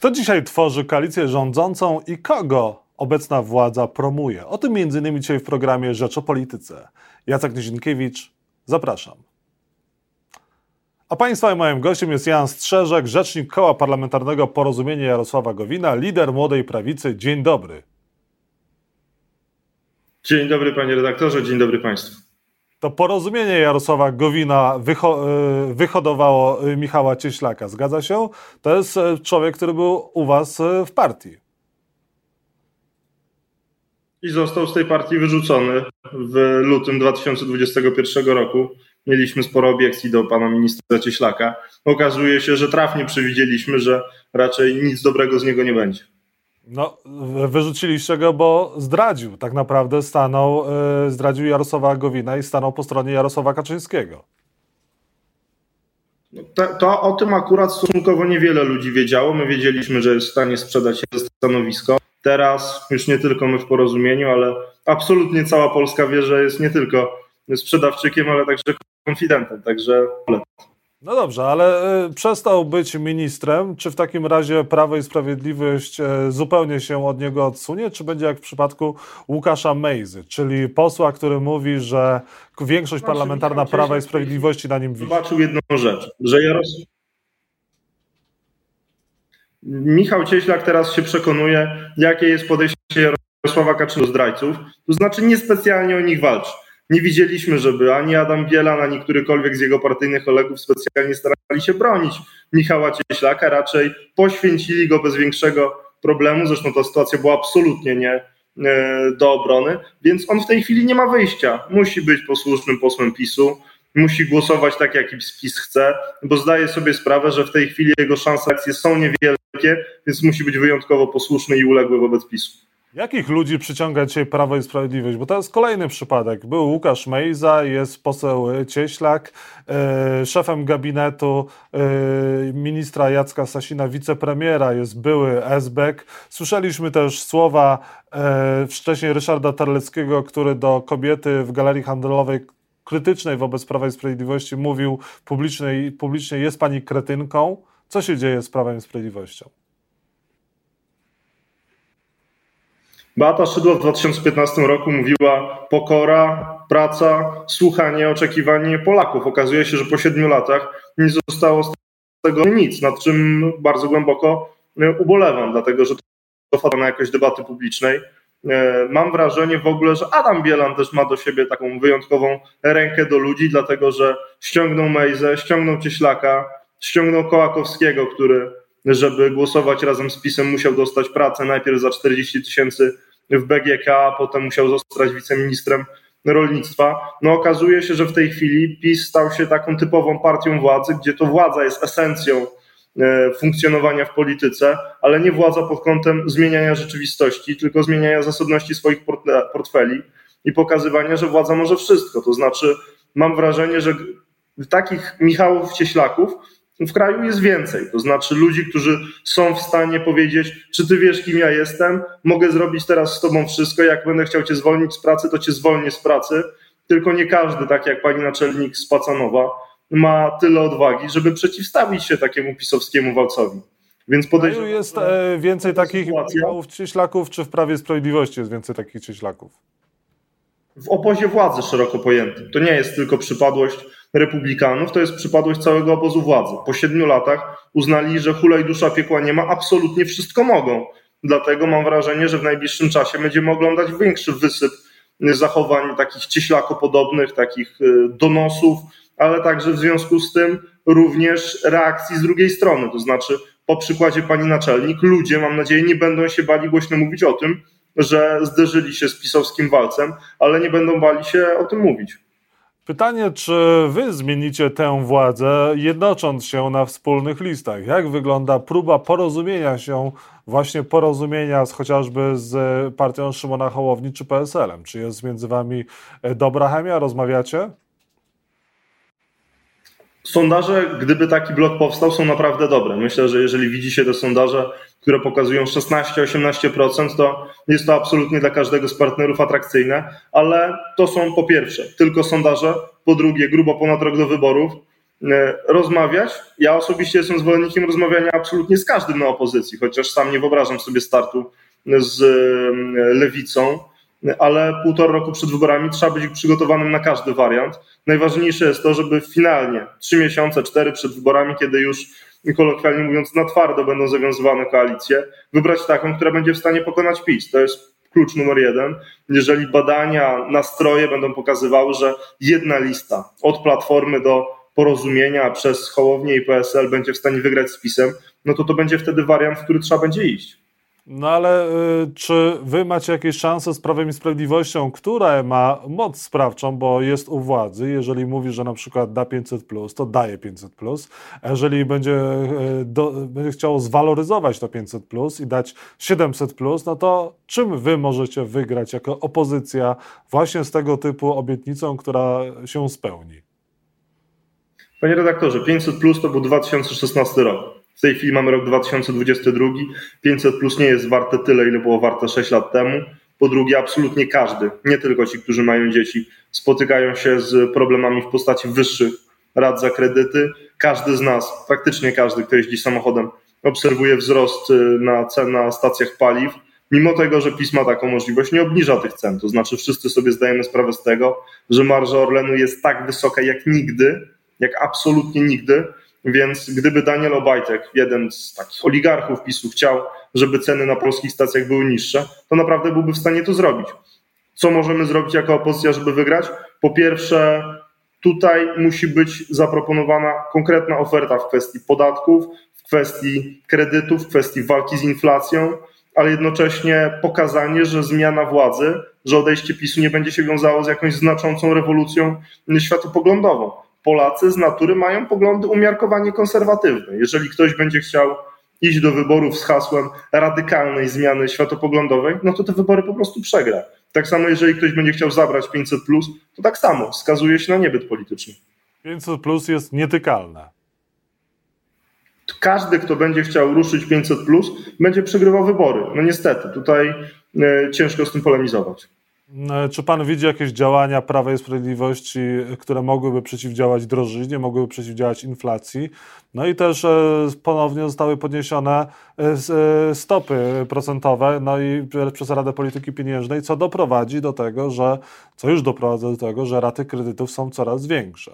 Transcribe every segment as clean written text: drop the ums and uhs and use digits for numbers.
Kto dzisiaj tworzy koalicję rządzącą i kogo obecna władza promuje? O tym m.in. dzisiaj w programie Rzecz o Polityce. Jacek Nizinkiewicz, zapraszam. A Państwa i moim gościem jest Jan Strzeżek, rzecznik Koła Parlamentarnego Porozumienie Jarosława Gowina, lider Młodej Prawicy. Dzień dobry. Dzień dobry, panie redaktorze, dzień dobry państwu. To Porozumienie Jarosława Gowina wyhodowało Michała Cieślaka, zgadza się? To jest człowiek, który był u was w partii. I został z tej partii wyrzucony w lutym 2021 roku. Mieliśmy sporo obiekcji do pana ministra Cieślaka. Okazuje się, że trafnie przewidzieliśmy, że raczej nic dobrego z niego nie będzie. No, wyrzuciliście go, bo zdradził. Tak naprawdę zdradził Jarosława Gowina i stanął po stronie Jarosława Kaczyńskiego. To o tym akurat stosunkowo niewiele ludzi wiedziało. My wiedzieliśmy, że jest w stanie sprzedać się stanowisko. Teraz już nie tylko my w Porozumieniu, ale absolutnie cała Polska wie, że jest nie tylko sprzedawczykiem, ale także konfidentem. Także no dobrze, ale przestał być ministrem. Czy w takim razie Prawo i Sprawiedliwość zupełnie się od niego odsunie, czy będzie jak w przypadku Łukasza Mejzy, czyli posła, który mówi, że większość parlamentarna Prawa i Sprawiedliwości na nim wisi? Zobaczył jedną rzecz, że Michał Cieślak teraz się przekonuje, jakie jest podejście Jarosława Kaczyńskiego do zdrajców, to znaczy niespecjalnie o nich walczy. Nie widzieliśmy, żeby ani Adam Bielan, ani którykolwiek z jego partyjnych kolegów specjalnie starali się bronić Michała Cieślaka, raczej poświęcili go bez większego problemu, zresztą ta sytuacja była absolutnie nie do obrony, więc on w tej chwili nie ma wyjścia. Musi być posłusznym posłem PiS-u, musi głosować tak, jak PiS chce, bo zdaje sobie sprawę, że w tej chwili jego szanse akcje są niewielkie, więc musi być wyjątkowo posłuszny i uległy wobec PiS-u. Jakich ludzi przyciąga dzisiaj Prawo i Sprawiedliwość? Bo to jest kolejny przypadek. Był Łukasz Mejza, jest poseł Cieślak, szefem gabinetu ministra Jacka Sasina, wicepremiera jest były Esbek. Słyszeliśmy też słowa wcześniej Ryszarda Terleckiego, który do kobiety w galerii handlowej krytycznej wobec Prawa i Sprawiedliwości mówił publicznie jest pani kretynką. Co się dzieje z Prawem i Sprawiedliwością? Beata Szydło w 2015 roku mówiła pokora, praca, słuchanie, oczekiwanie Polaków. Okazuje się, że po 7 latach nie zostało z tego nic, nad czym bardzo głęboko ubolewam, dlatego że to wpada na jakoś debaty publicznej. Mam wrażenie w ogóle, że Adam Bielan też ma do siebie taką wyjątkową rękę do ludzi, dlatego że ściągnął Mejzę, ściągnął Cieślaka, ściągnął Kołakowskiego, który żeby głosować razem z PiS-em musiał dostać pracę najpierw za 40 000 w BGK, a potem musiał zostać wiceministrem rolnictwa. No okazuje się, że w tej chwili PiS stał się taką typową partią władzy, gdzie to władza jest esencją funkcjonowania w polityce, ale nie władza pod kątem zmieniania rzeczywistości, tylko zmieniania zasobności swoich portfeli i pokazywania, że władza może wszystko. To znaczy mam wrażenie, że takich Michałów Cieślaków w kraju jest więcej, to znaczy ludzi, którzy są w stanie powiedzieć, czy ty wiesz, kim ja jestem, mogę zrobić teraz z tobą wszystko, jak będę chciał cię zwolnić z pracy, to cię zwolnię z pracy, tylko nie każdy, tak jak pani naczelnik z Pacanowa, ma tyle odwagi, żeby przeciwstawić się takiemu pisowskiemu walcowi. Więc podejrzewam, jest więcej takich Michałów Cieślaków, czy w Prawie i Sprawiedliwości jest więcej takich Cieślaków? W obozie władzy szeroko pojętym. To nie jest tylko przypadłość republikanów, to jest przypadłość całego obozu władzy. Po 7 latach uznali, że hulaj dusza piekła nie ma, absolutnie wszystko mogą. Dlatego mam wrażenie, że w najbliższym czasie będziemy oglądać większy wysyp zachowań takich cieślakopodobnych, takich donosów, ale także w związku z tym również reakcji z drugiej strony. To znaczy po przykładzie pani naczelnik ludzie, mam nadzieję, nie będą się bali głośno mówić o tym, że zderzyli się z pisowskim walcem, ale nie będą bali się o tym mówić. Pytanie, czy wy zmienicie tę władzę, jednocząc się na wspólnych listach? Jak wygląda próba porozumienia się, właśnie porozumienia chociażby z partią Szymona Hołowni czy PSL-em? Czy jest między wami dobra chemia? Rozmawiacie? Sondaże, gdyby taki blok powstał, są naprawdę dobre. Myślę, że jeżeli widzi się te sondaże, które pokazują 16-18%, to jest to absolutnie dla każdego z partnerów atrakcyjne, ale to są po pierwsze tylko sondaże, po drugie grubo ponad rok do wyborów, rozmawiać. Ja osobiście jestem zwolennikiem rozmawiania absolutnie z każdym na opozycji, chociaż sam nie wyobrażam sobie startu z lewicą, ale 1,5 roku przed wyborami trzeba być przygotowanym na każdy wariant. Najważniejsze jest to, żeby finalnie 3 miesiące, 4 przed wyborami, kiedy już kolokwialnie mówiąc na twardo będą zawiązywane koalicje, wybrać taką, która będzie w stanie pokonać PiS. To jest klucz numer 1. Jeżeli badania, nastroje będą pokazywały, że jedna lista od Platformy do Porozumienia przez Hołownię i PSL będzie w stanie wygrać z PiS-em, no to będzie wtedy wariant, w który trzeba będzie iść. No ale czy wy macie jakieś szanse z Prawem i Sprawiedliwością, która ma moc sprawczą, bo jest u władzy, jeżeli mówi, że na przykład da 500+, to daje 500+, a jeżeli będzie chciało zwaloryzować to 500+ i dać 700+, no to czym wy możecie wygrać jako opozycja właśnie z tego typu obietnicą, która się spełni? Panie redaktorze, 500+ to był 2016 rok. W tej chwili mamy rok 2022. 500+ nie jest warte tyle, ile było warte 6 lat temu. Po drugie, absolutnie każdy, nie tylko ci, którzy mają dzieci, spotykają się z problemami w postaci wyższych rat za kredyty. Każdy z nas, praktycznie każdy, kto jeździ samochodem, obserwuje wzrost na cen na stacjach paliw. Mimo tego, że PiS ma taką możliwość, nie obniża tych cen. To znaczy wszyscy sobie zdajemy sprawę z tego, że marża Orlenu jest tak wysoka jak nigdy, jak absolutnie nigdy, więc gdyby Daniel Obajtek, jeden z takich oligarchów PiS-u, chciał, żeby ceny na polskich stacjach były niższe, to naprawdę byłby w stanie to zrobić. Co możemy zrobić jako opozycja, żeby wygrać? Po pierwsze, tutaj musi być zaproponowana konkretna oferta w kwestii podatków, w kwestii kredytów, w kwestii walki z inflacją, ale jednocześnie pokazanie, że zmiana władzy, że odejście PiS-u nie będzie się wiązało z jakąś znaczącą rewolucją światopoglądową. Polacy z natury mają poglądy umiarkowanie konserwatywne. Jeżeli ktoś będzie chciał iść do wyborów z hasłem radykalnej zmiany światopoglądowej, no to te wybory po prostu przegra. Tak samo jeżeli ktoś będzie chciał zabrać 500+, to tak samo skazuje się na niebyt polityczny. 500+ jest nietykalne. Każdy, kto będzie chciał ruszyć 500+, będzie przegrywał wybory. No niestety, tutaj ciężko z tym polemizować. Czy pan widzi jakieś działania Prawa i Sprawiedliwości, które mogłyby przeciwdziałać drożyźnie, mogłyby przeciwdziałać inflacji? No i też ponownie zostały podniesione stopy procentowe, no i przez Radę Polityki Pieniężnej, co już doprowadza do tego, że raty kredytów są coraz większe.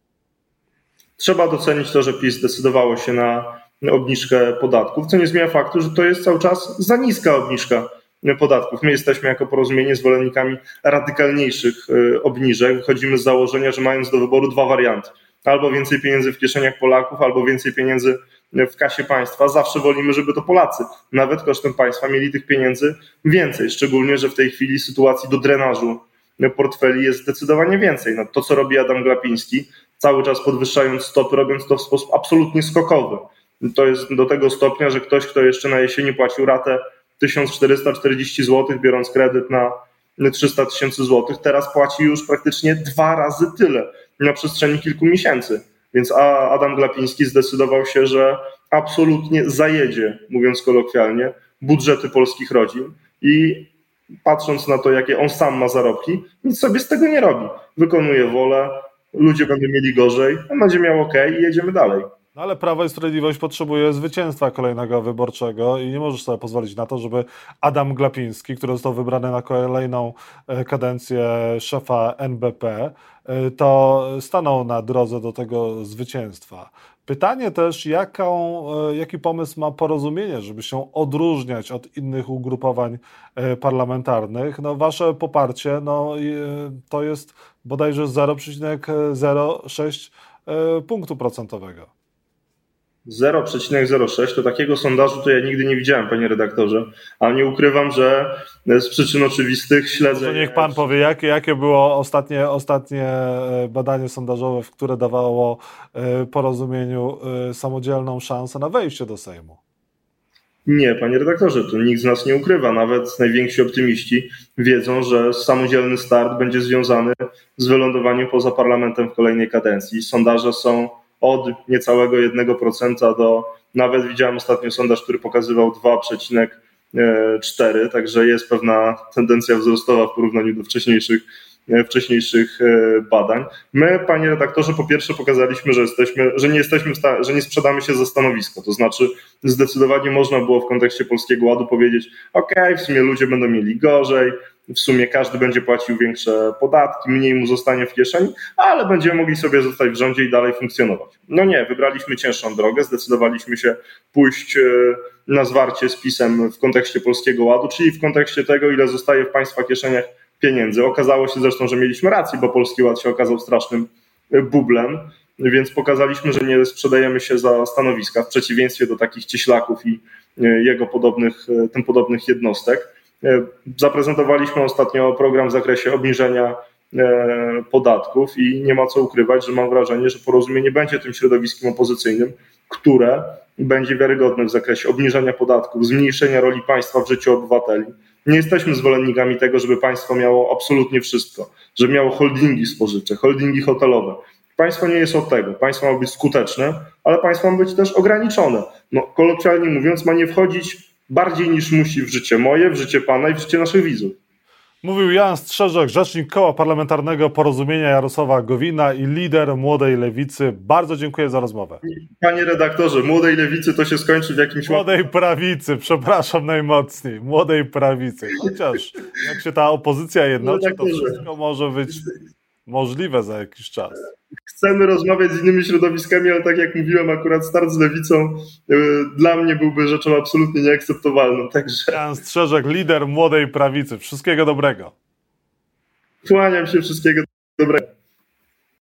Trzeba docenić to, że PiS zdecydowało się na obniżkę podatków, co nie zmienia faktu, że to jest cały czas za niska obniżka podatków. My jesteśmy jako Porozumienie zwolennikami radykalniejszych obniżek. Wychodzimy z założenia, że mając do wyboru 2 warianty, albo więcej pieniędzy w kieszeniach Polaków, albo więcej pieniędzy w kasie państwa. Zawsze wolimy, żeby to Polacy, nawet kosztem państwa, mieli tych pieniędzy więcej. Szczególnie, że w tej chwili sytuacji do drenażu portfeli jest zdecydowanie więcej. No, to, co robi Adam Glapiński, cały czas podwyższając stopy, robiąc to w sposób absolutnie skokowy. To jest do tego stopnia, że ktoś, kto jeszcze na jesieni płacił ratę 1440 zł, biorąc kredyt na 300 000 złotych, teraz płaci już praktycznie 2 razy tyle na przestrzeni kilku miesięcy. Więc Adam Glapiński zdecydował się, że absolutnie zajedzie, mówiąc kolokwialnie, budżety polskich rodzin i patrząc na to, jakie on sam ma zarobki, nic sobie z tego nie robi. Wykonuje wolę, ludzie będą mieli gorzej, on będzie miał OK i jedziemy dalej. No ale Prawo i Sprawiedliwość potrzebuje zwycięstwa kolejnego wyborczego i nie możesz sobie pozwolić na to, żeby Adam Glapiński, który został wybrany na kolejną kadencję szefa NBP, to stanął na drodze do tego zwycięstwa. Pytanie też, jaki pomysł ma Porozumienie, żeby się odróżniać od innych ugrupowań parlamentarnych. No, wasze poparcie to jest bodajże 0,06 punktu procentowego. 0,06 to takiego sondażu to ja nigdy nie widziałem, panie redaktorze, a nie ukrywam, że z przyczyn oczywistych śledzę. To niech pan powie, jakie było ostatnie badanie sondażowe, które dawało Porozumieniu samodzielną szansę na wejście do Sejmu? Nie, panie redaktorze, to nikt z nas nie ukrywa. Nawet najwięksi optymiści wiedzą, że samodzielny start będzie związany z wylądowaniem poza parlamentem w kolejnej kadencji. Sondaże są od niecałego 1% do, nawet widziałem ostatnio sondaż, który pokazywał 2,4, także jest pewna tendencja wzrostowa w porównaniu do wcześniejszych wcześniejszych badań. My, panie redaktorze, po pierwsze pokazaliśmy, że nie sprzedamy się za stanowisko. To znaczy zdecydowanie można było w kontekście Polskiego Ładu powiedzieć, w sumie ludzie będą mieli gorzej, w sumie każdy będzie płacił większe podatki, mniej mu zostanie w kieszeni, ale będziemy mogli sobie zostać w rządzie i dalej funkcjonować. No nie, wybraliśmy cięższą drogę, zdecydowaliśmy się pójść na zwarcie z PiS-em w kontekście Polskiego Ładu, czyli w kontekście tego, ile zostaje w państwa kieszeniach pieniędzy. Okazało się zresztą, że mieliśmy rację, bo Polski Ład się okazał strasznym bublem, więc pokazaliśmy, że nie sprzedajemy się za stanowiska, w przeciwieństwie do takich cieślaków i tym podobnych jednostek. Zaprezentowaliśmy ostatnio program w zakresie obniżenia podatków i nie ma co ukrywać, że mam wrażenie, że Porozumienie będzie tym środowiskiem opozycyjnym, które będzie wiarygodne w zakresie obniżenia podatków, zmniejszenia roli państwa w życiu obywateli. Nie jesteśmy zwolennikami tego, żeby państwo miało absolutnie wszystko, żeby miało holdingi spożywcze, holdingi hotelowe. Państwo nie jest od tego. Państwo ma być skuteczne, ale państwo ma być też ograniczone. Kolokwialnie mówiąc, ma nie wchodzić bardziej niż musi w życie moje, w życie pana i w życie naszych widzów. Mówił Jan Strzeżek, rzecznik Koła Parlamentarnego Porozumienia Jarosława Gowina i lider Młodej Lewicy. Bardzo dziękuję za rozmowę. Panie redaktorze, Młodej Lewicy to się skończy w jakimś... Młodej Prawicy, przepraszam najmocniej. Młodej Prawicy. Chociaż jak się ta opozycja jednoczy, to wszystko może być możliwe za jakiś czas. Chcemy rozmawiać z innymi środowiskami, ale tak jak mówiłem, akurat start z Lewicą dla mnie byłby rzeczą absolutnie nieakceptowalną. Także... Jan Strzeżek, lider Młodej Prawicy. Wszystkiego dobrego. Kłaniam się, wszystkiego dobrego.